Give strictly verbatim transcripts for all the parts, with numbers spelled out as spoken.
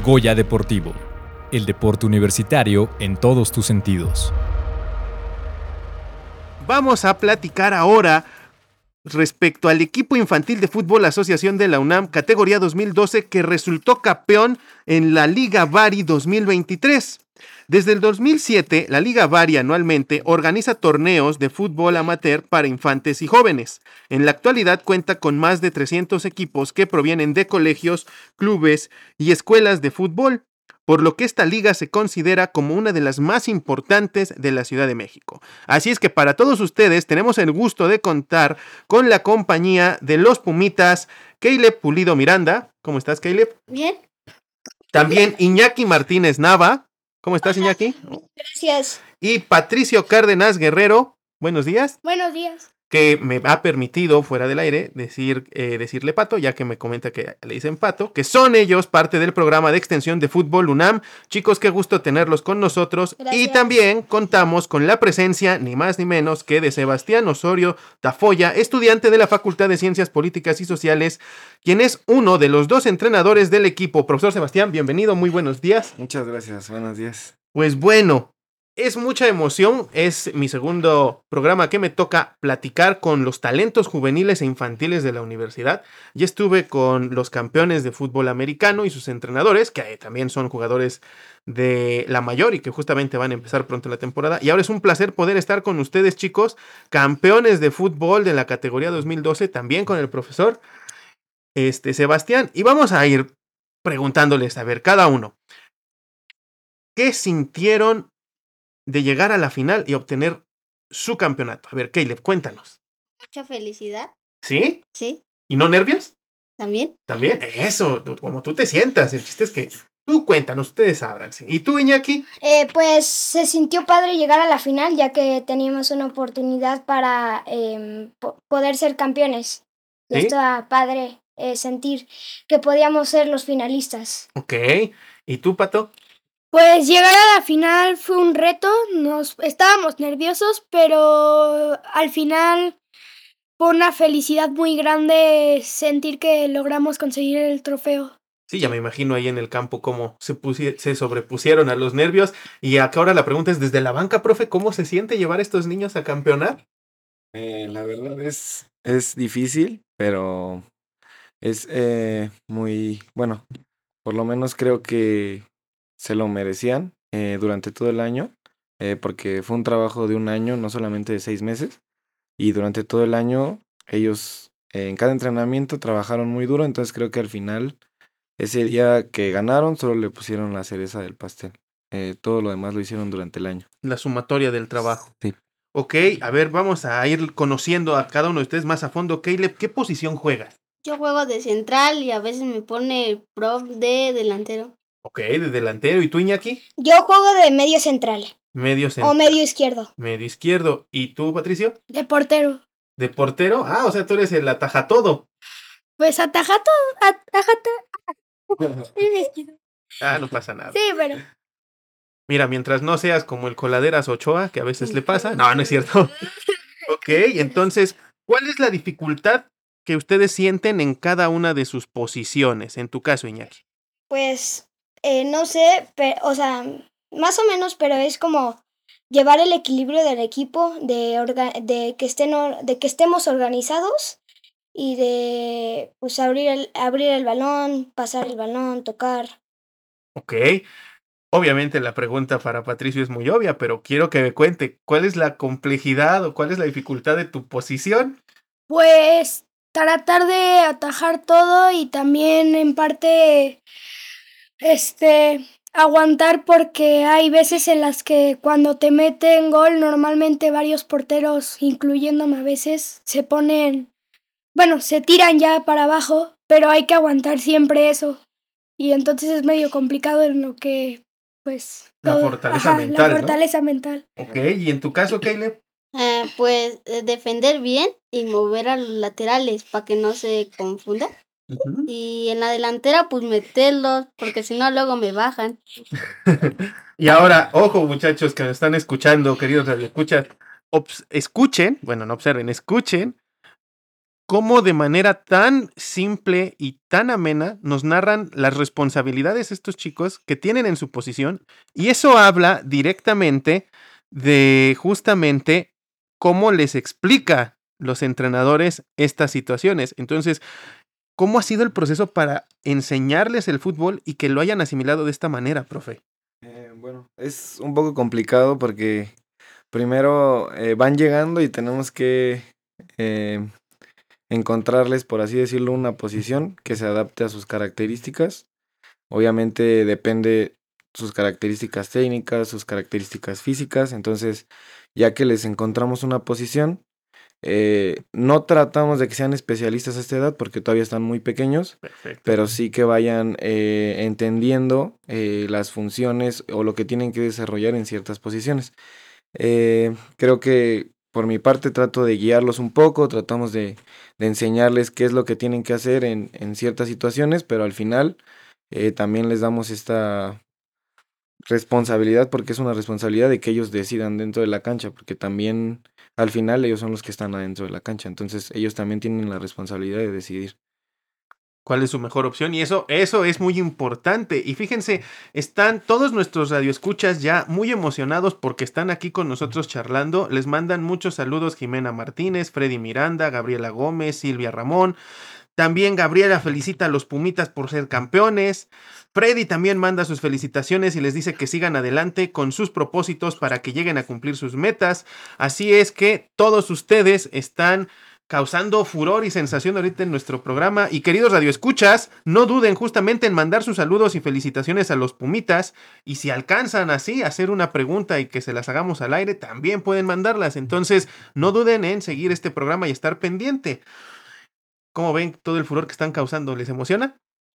Goya Deportivo, el deporte universitario en todos tus sentidos. Vamos a platicar ahora respecto al equipo infantil de fútbol Asociación de la UNAM, categoría dos mil doce, que resultó campeón en la Liga Bari dos mil veintitrés. Desde el dos mil siete, la Liga Bari anualmente organiza torneos de fútbol amateur para infantes y jóvenes. En la actualidad cuenta con más de trescientos equipos que provienen de colegios, clubes y escuelas de fútbol, por lo que esta liga se considera como una de las más importantes de la Ciudad de México. Así es que para todos ustedes tenemos el gusto de contar con la compañía de los Pumitas, Caleb Pulido Miranda. ¿Cómo estás, Caleb? Bien. También Iñaki Martínez Nava. ¿Cómo estás, Iñaki? Gracias. Y Patricio Cárdenas Guerrero. Buenos días. Buenos días. Que me ha permitido, fuera del aire, decir, eh, decirle Pato, ya que me comenta que le dicen Pato, que son ellos parte del programa de extensión de Fútbol UNAM. Chicos, qué gusto tenerlos con nosotros. Gracias. Y también contamos con la presencia, ni más ni menos, que de Sebastián Osorio Tafoya, estudiante de la Facultad de Ciencias Políticas y Sociales, quien es uno de los dos entrenadores del equipo. Profesor Sebastián, bienvenido, muy buenos días. Muchas gracias, buenos días. Pues bueno, es mucha emoción, es mi segundo programa que me toca platicar con los talentos juveniles e infantiles de la universidad. Ya estuve con los campeones de fútbol americano y sus entrenadores, que también son jugadores de la mayor y que justamente van a empezar pronto la temporada. Y ahora es un placer poder estar con ustedes, chicos, campeones de fútbol de la categoría dos mil doce, también con el profesor este, Sebastián. Y vamos a ir preguntándoles, a ver, cada uno, ¿qué sintieron de llegar a la final y obtener su campeonato? A ver, Caleb, cuéntanos. Mucha felicidad. ¿Sí? Sí. ¿Y no nervios? También. También. Eso, tú- como tú te sientas. El chiste es que tú cuéntanos, ustedes abran. ¿Sí? ¿Y tú, Iñaki? Eh, pues se sintió padre llegar a la final, ya que teníamos una oportunidad para eh, po- poder ser campeones. Y ¿Sí? estaba padre eh, sentir que podíamos ser los finalistas. Ok. ¿Y tú, Pato? Pues llegar a la final fue un reto, nos estábamos nerviosos, pero al final fue una felicidad muy grande sentir que logramos conseguir el trofeo. Sí, ya me imagino ahí en el campo cómo se, pusie- se sobrepusieron a los nervios. Y acá ahora la pregunta es, desde la banca, profe, ¿cómo se siente llevar a estos niños a campeonar? Eh, la verdad es, es difícil, pero es eh, muy, bueno, por lo menos creo que se lo merecían eh, durante todo el año, eh, porque fue un trabajo de un año, no solamente de seis meses, y durante todo el año ellos eh, en cada entrenamiento trabajaron muy duro, entonces creo que al final, ese día que ganaron, solo le pusieron la cereza del pastel. Eh, todo lo demás lo hicieron durante el año. La sumatoria del trabajo. Sí. Ok, a ver, vamos a ir conociendo a cada uno de ustedes más a fondo. Caleb, ¿qué posición juegas? Yo juego de central y a veces me pone prof de delantero. Ok, de delantero. ¿Y tú, Iñaki? Yo juego de medio central Medio o centro. medio izquierdo. Medio izquierdo. ¿Y tú, Patricio? De portero. ¿De portero? Ah, o sea, tú eres el ataja todo. Pues ataja todo, ataja todo. Ah, no pasa nada. Sí, pero Mira, mientras no seas como el Coladeras Ochoa, que a veces le pasa. No, no es cierto. Ok, entonces, ¿cuál es la dificultad que ustedes sienten en cada una de sus posiciones? En tu caso, Iñaki. Pues eh, no sé, pe- o sea, más o menos, pero es como llevar el equilibrio del equipo, de, orga- de, que, estén or- de que estemos organizados y de pues abrir el, abrir el balón, pasar el balón, tocar. Ok. Obviamente la pregunta para Patricio es muy obvia, pero quiero que me cuente cuál es la complejidad o cuál es la dificultad de tu posición. pues tratar de atajar todo y también en parte este aguantar porque hay veces en las que cuando te meten gol normalmente varios porteros, incluyéndome a veces, se ponen, bueno, se tiran ya para abajo, pero hay que aguantar siempre eso. Y entonces es medio complicado en lo que, pues... La todo- fortaleza ajá, mental, La ¿no? fortaleza mental. Ok, y en tu caso, Caleb. Eh, pues eh, defender bien y mover a los laterales para que no se confundan. Ujú. Y en la delantera pues meterlos porque si no luego me bajan. Y ahora, ojo, muchachos que me están escuchando, queridos radioescuchas, obs- escuchen, bueno, no observen, escuchen cómo de manera tan simple y tan amena nos narran las responsabilidades estos chicos que tienen en su posición, y eso habla directamente de justamente cómo les explica los entrenadores estas situaciones. Entonces, ¿cómo ha sido el proceso para enseñarles el fútbol y que lo hayan asimilado de esta manera, profe? Eh, bueno, es un poco complicado porque primero eh, van llegando y tenemos que eh, encontrarles, por así decirlo, una posición que se adapte a sus características. Obviamente depende sus características técnicas, sus características físicas. Entonces, ya que les encontramos una posición, eh, no tratamos de que sean especialistas a esta edad porque todavía están muy pequeños, Perfecto. pero sí que vayan eh, entendiendo eh, las funciones o lo que tienen que desarrollar en ciertas posiciones. Eh, creo que por mi parte trato de guiarlos un poco, tratamos de, de enseñarles qué es lo que tienen que hacer en, en ciertas situaciones, pero al final eh, también les damos esta responsabilidad, porque es una responsabilidad de que ellos decidan dentro de la cancha, porque también al final ellos son los que están adentro de la cancha, entonces ellos también tienen la responsabilidad de decidir. ¿Cuál es su mejor opción? Y eso, eso es muy importante. Y fíjense, están todos nuestros radioescuchas ya muy emocionados porque están aquí con nosotros charlando. Les mandan muchos saludos Jimena Martínez, Freddy Miranda, Gabriela Gómez, Silvia Ramón. También Gabriela felicita a los Pumitas por ser campeones. Freddy también manda sus felicitaciones y les dice que sigan adelante con sus propósitos para que lleguen a cumplir sus metas. Así es que todos ustedes están causando furor y sensación ahorita en nuestro programa. Y queridos radioescuchas, no duden justamente en mandar sus saludos y felicitaciones a los Pumitas. Y si alcanzan así a hacer una pregunta y que se las hagamos al aire, también pueden mandarlas. Entonces, no duden en seguir este programa y estar pendiente. ¿Cómo ven todo el furor que están causando? ¿Les emociona?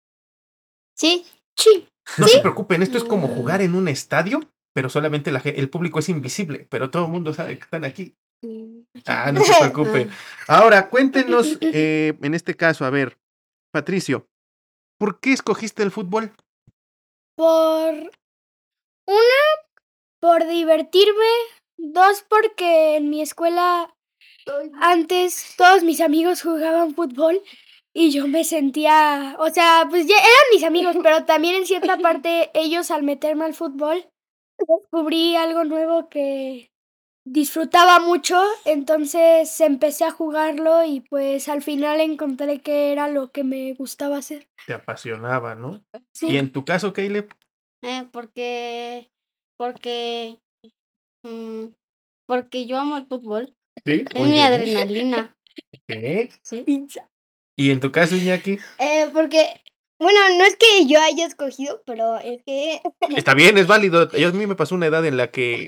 Sí. Sí. No se preocupen, esto es como jugar en un estadio, pero solamente la, ge- el público es invisible, pero todo el mundo sabe que están aquí. Ah, no se preocupe. Ahora, cuéntenos, eh, en este caso, a ver, Patricio, ¿por qué escogiste el fútbol? Por una, por divertirme. Dos, porque en mi escuela antes todos mis amigos jugaban fútbol y yo me sentía, o sea, pues ya eran mis amigos, pero también en cierta parte ellos al meterme al fútbol descubrí algo nuevo que disfrutaba mucho, entonces empecé a jugarlo y pues al final encontré que era lo que me gustaba hacer. Te apasionaba, ¿no? Sí. Y en tu caso, Caleb, Eh, porque, porque, mm, porque yo amo el fútbol. ¿sí? Es mi adrenalina. ¿Qué? ¿Sí? ¿Y en tu caso, Iñaki? Eh, porque, bueno, no es que yo haya escogido, pero es que Está bien, es válido. Yo- A mí me pasó una edad en la que...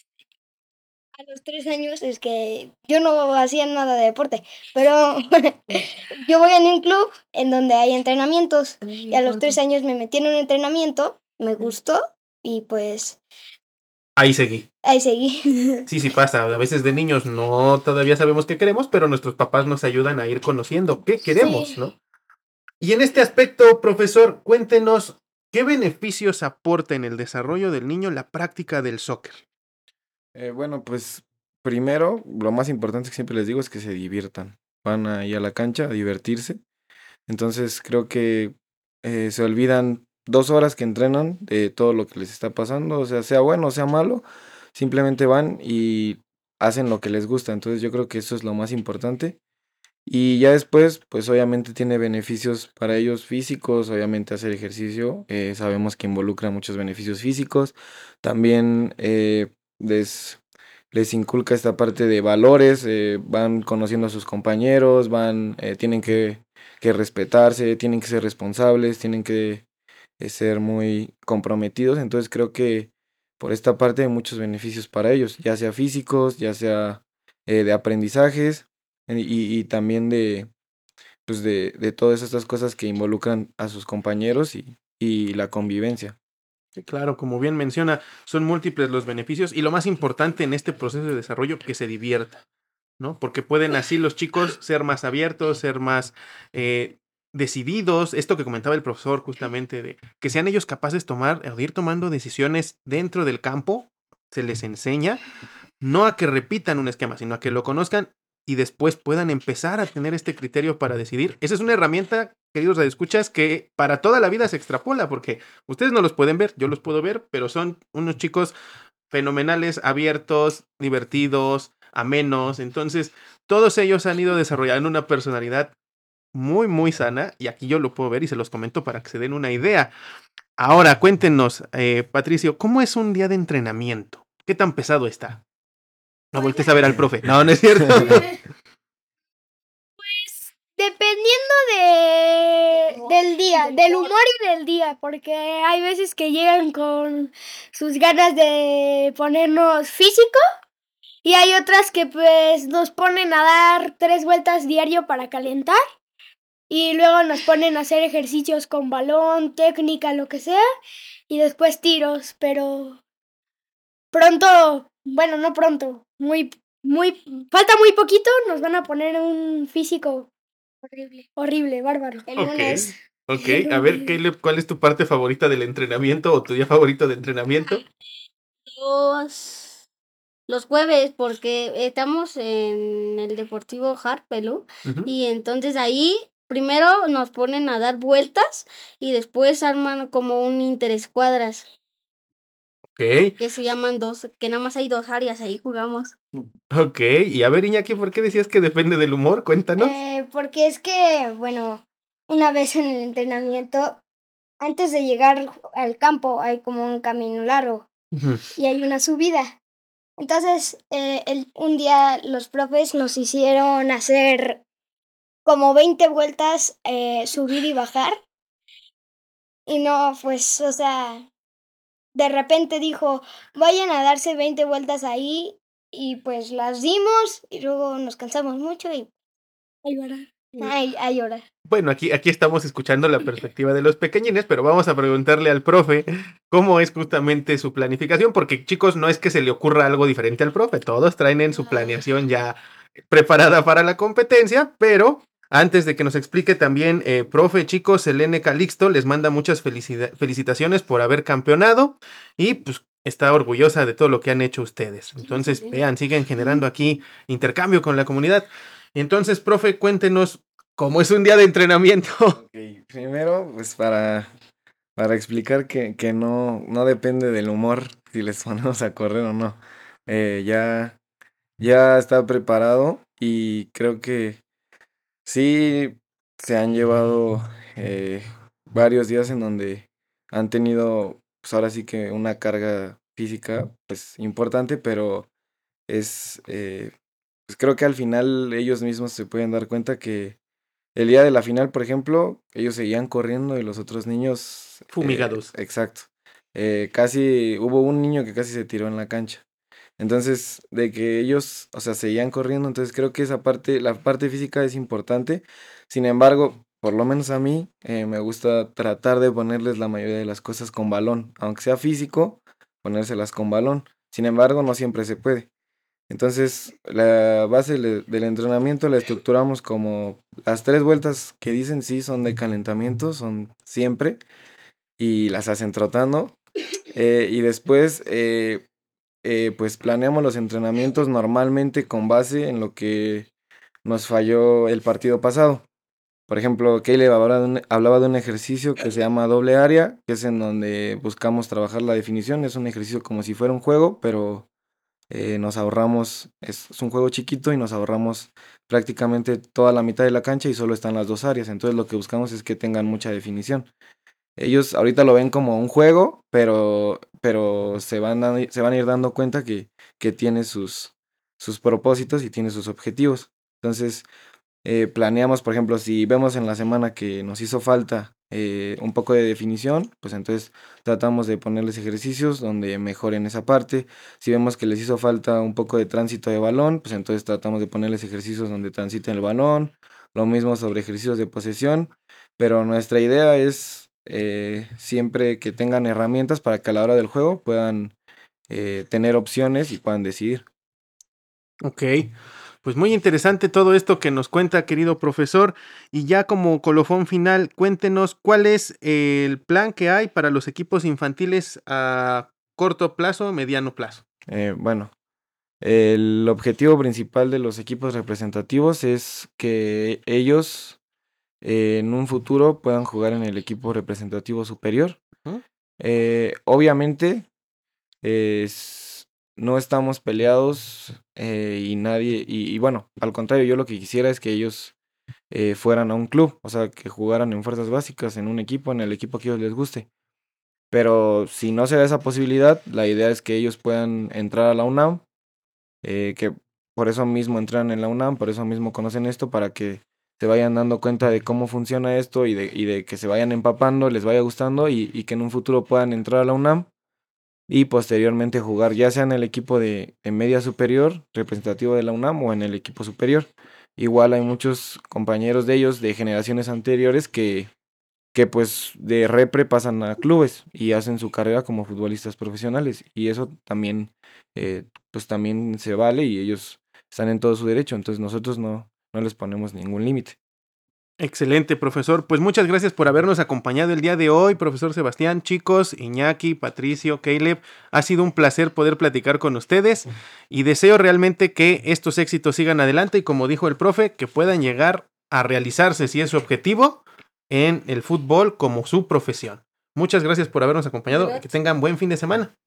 a los tres años es que yo no hacía nada de deporte, pero yo voy en un club en donde hay entrenamientos y a los tres años me metí en un entrenamiento, me gustó y pues Ahí seguí. ahí seguí. Sí, sí pasa. A veces de niños no todavía sabemos qué queremos, pero nuestros papás nos ayudan a ir conociendo qué queremos, Sí. ¿no? Y en este aspecto, profesor, cuéntenos qué beneficios aporta en el desarrollo del niño la práctica del soccer. Eh, bueno, pues primero, lo más importante que siempre les digo es que se diviertan. Van ahí a la cancha a divertirse. Entonces creo que eh, se olvidan dos horas que entrenan de todo lo que les está pasando, o sea, sea bueno o sea malo, simplemente van y hacen lo que les gusta. Entonces yo creo que eso es lo más importante. Y ya después, pues obviamente tiene beneficios para ellos físicos, obviamente hacer ejercicio, eh, sabemos que involucra muchos beneficios físicos, también eh, les, les inculca esta parte de valores, eh, van conociendo a sus compañeros, van, eh, tienen que, que respetarse, tienen que ser responsables, tienen que eh, ser muy comprometidos, entonces creo que por esta parte hay muchos beneficios para ellos, ya sea físicos, ya sea eh, de aprendizajes eh, y, y también de, pues de, de todas estas cosas que involucran a sus compañeros y, y la convivencia. Sí, claro, como bien menciona, son múltiples los beneficios y lo más importante en este proceso de desarrollo, que se divierta, ¿no? Porque pueden así los chicos ser más abiertos, ser más eh, decididos. Esto que comentaba el profesor justamente, de que sean ellos capaces de tomar, o de ir tomando decisiones dentro del campo, se les enseña, no a que repitan un esquema, sino a que lo conozcan y después puedan empezar a tener este criterio para decidir. Esa es una herramienta, queridos radioescuchas, que para toda la vida se extrapola, porque ustedes no los pueden ver, yo los puedo ver, pero son unos chicos fenomenales, abiertos, divertidos, amenos. Entonces, todos ellos han ido desarrollando una personalidad muy, muy sana, y aquí yo lo puedo ver y se los comento para que se den una idea. Ahora, cuéntenos, eh, Patricio, ¿cómo es un día de entrenamiento? ¿Qué tan pesado está? No voltees a ver al profe. No, no es cierto. Dependiendo de, del día, del humor y del día, porque hay veces que llegan con sus ganas de ponernos físico y hay otras que pues nos ponen a dar tres vueltas diario para calentar y luego nos ponen a hacer ejercicios con balón, técnica, lo que sea, y después tiros, pero pronto, bueno, no pronto, muy, muy, falta muy poquito, nos van a poner un físico horrible, horrible, bárbaro. El Ok, lunes. ok. A ver, Caleb, ¿cuál es tu parte favorita del entrenamiento o tu día favorito de entrenamiento? Los, los jueves, porque estamos en el Deportivo Harpelú, Ujú. y entonces ahí primero nos ponen a dar vueltas y después arman como un interescuadras, Ok, que se llaman dos, que nada más hay dos áreas, ahí jugamos. ok. Y a ver, Iñaki, ¿por qué decías que depende del humor? Cuéntanos. Eh, porque es que, bueno, una vez en el entrenamiento, antes de llegar al campo hay como un camino largo Ujú. y hay una subida. Entonces, eh, el- un día los profes nos hicieron hacer como veinte vueltas, eh, subir y bajar. Y no, pues, o sea, de repente dijo, vayan a darse veinte vueltas ahí. Y pues las dimos y luego nos cansamos mucho y Ay, ¿verdad? ay, a llorar. Bueno, aquí, aquí estamos escuchando la perspectiva de los pequeñines, pero vamos a preguntarle al profe cómo es justamente su planificación, porque chicos, no es que se le ocurra algo diferente al profe, todos traen en su planeación ya preparada para la competencia, pero antes de que nos explique también, eh, profe, chicos, Selene Calixto les manda muchas felicida- felicitaciones por haber campeonado y pues está orgullosa de todo lo que han hecho ustedes. Entonces, vean, siguen generando aquí intercambio con la comunidad. Entonces, profe, cuéntenos cómo es un día de entrenamiento. Ok, primero, pues para, para explicar que, que no, no depende del humor si les ponemos a correr o no. Eh, ya, ya está preparado y creo que sí se han llevado eh, varios días en donde han tenido, pues ahora sí que una carga física pues importante, pero es, eh, pues creo que al final ellos mismos se pueden dar cuenta que el día de la final, por ejemplo, ellos seguían corriendo y los otros niños... eh, Fumigados. exacto. Eh, casi, hubo un niño que casi se tiró en la cancha. Entonces, de que ellos, o sea, seguían corriendo, entonces creo que esa parte, la parte física es importante. Sin embargo, por lo menos a mí, eh, me gusta tratar de ponerles la mayoría de las cosas con balón, aunque sea físico, ponérselas con balón. Sin embargo, no siempre se puede. Entonces, la base le- del entrenamiento la estructuramos como las tres vueltas que dicen sí son de calentamiento, son siempre, y las hacen trotando. Eh, y después, eh, eh, pues planeamos los entrenamientos normalmente con base en lo que nos falló el partido pasado. Por ejemplo, Caleb hablaba de un, hablaba de un ejercicio que se llama doble área, que es en donde buscamos trabajar la definición. Es un ejercicio como si fuera un juego, pero eh, nos ahorramos, es, es un juego chiquito y nos ahorramos prácticamente toda la mitad de la cancha y solo están las dos áreas. Entonces lo que buscamos es que tengan mucha definición. Ellos ahorita lo ven como un juego, pero, pero se van a, se van a ir dando cuenta que, que tiene sus, sus propósitos y tiene sus objetivos. Entonces, eh, planeamos, por ejemplo, si vemos en la semana que nos hizo falta eh, un poco de definición, pues entonces tratamos de ponerles ejercicios donde mejoren esa parte. Si vemos que les hizo falta un poco de tránsito de balón, pues entonces tratamos de ponerles ejercicios donde transiten el balón. Lo mismo sobre ejercicios de posesión, pero nuestra idea es eh, siempre que tengan herramientas para que a la hora del juego puedan eh, tener opciones y puedan decidir. Ok, pues muy interesante todo esto que nos cuenta, querido profesor. Y ya como colofón final, cuéntenos cuál es el plan que hay para los equipos infantiles a corto plazo, mediano plazo. Eh, bueno, El objetivo principal de los equipos representativos es que ellos eh, en un futuro puedan jugar en el equipo representativo superior. ¿Mm? Eh, obviamente es- no estamos peleados eh, y nadie, y, y bueno, al contrario, yo lo que quisiera es que ellos eh, fueran a un club, o sea, que jugaran en fuerzas básicas, en un equipo, en el equipo que a ellos les guste. Pero si no se da esa posibilidad, la idea es que ellos puedan entrar a la UNAM, eh, que por eso mismo entran en la UNAM, por eso mismo conocen esto, para que se vayan dando cuenta de cómo funciona esto y de, y de que se vayan empapando, les vaya gustando y, y que en un futuro puedan entrar a la UNAM y posteriormente jugar ya sea en el equipo de, de media superior, representativo de la UNAM, o en el equipo superior. Igual hay muchos compañeros de ellos de generaciones anteriores que, que pues de repre pasan a clubes y hacen su carrera como futbolistas profesionales y eso también eh, pues también se vale y ellos están en todo su derecho, entonces nosotros no, no les ponemos ningún límite. Excelente, profesor. Pues muchas gracias por habernos acompañado el día de hoy, profesor Sebastián, chicos, Iñaki, Patricio, Caleb. Ha sido un placer poder platicar con ustedes y deseo realmente que estos éxitos sigan adelante y, como dijo el profe, que puedan llegar a realizarse, si es su objetivo, en el fútbol como su profesión. Muchas gracias por habernos acompañado y que tengan buen fin de semana.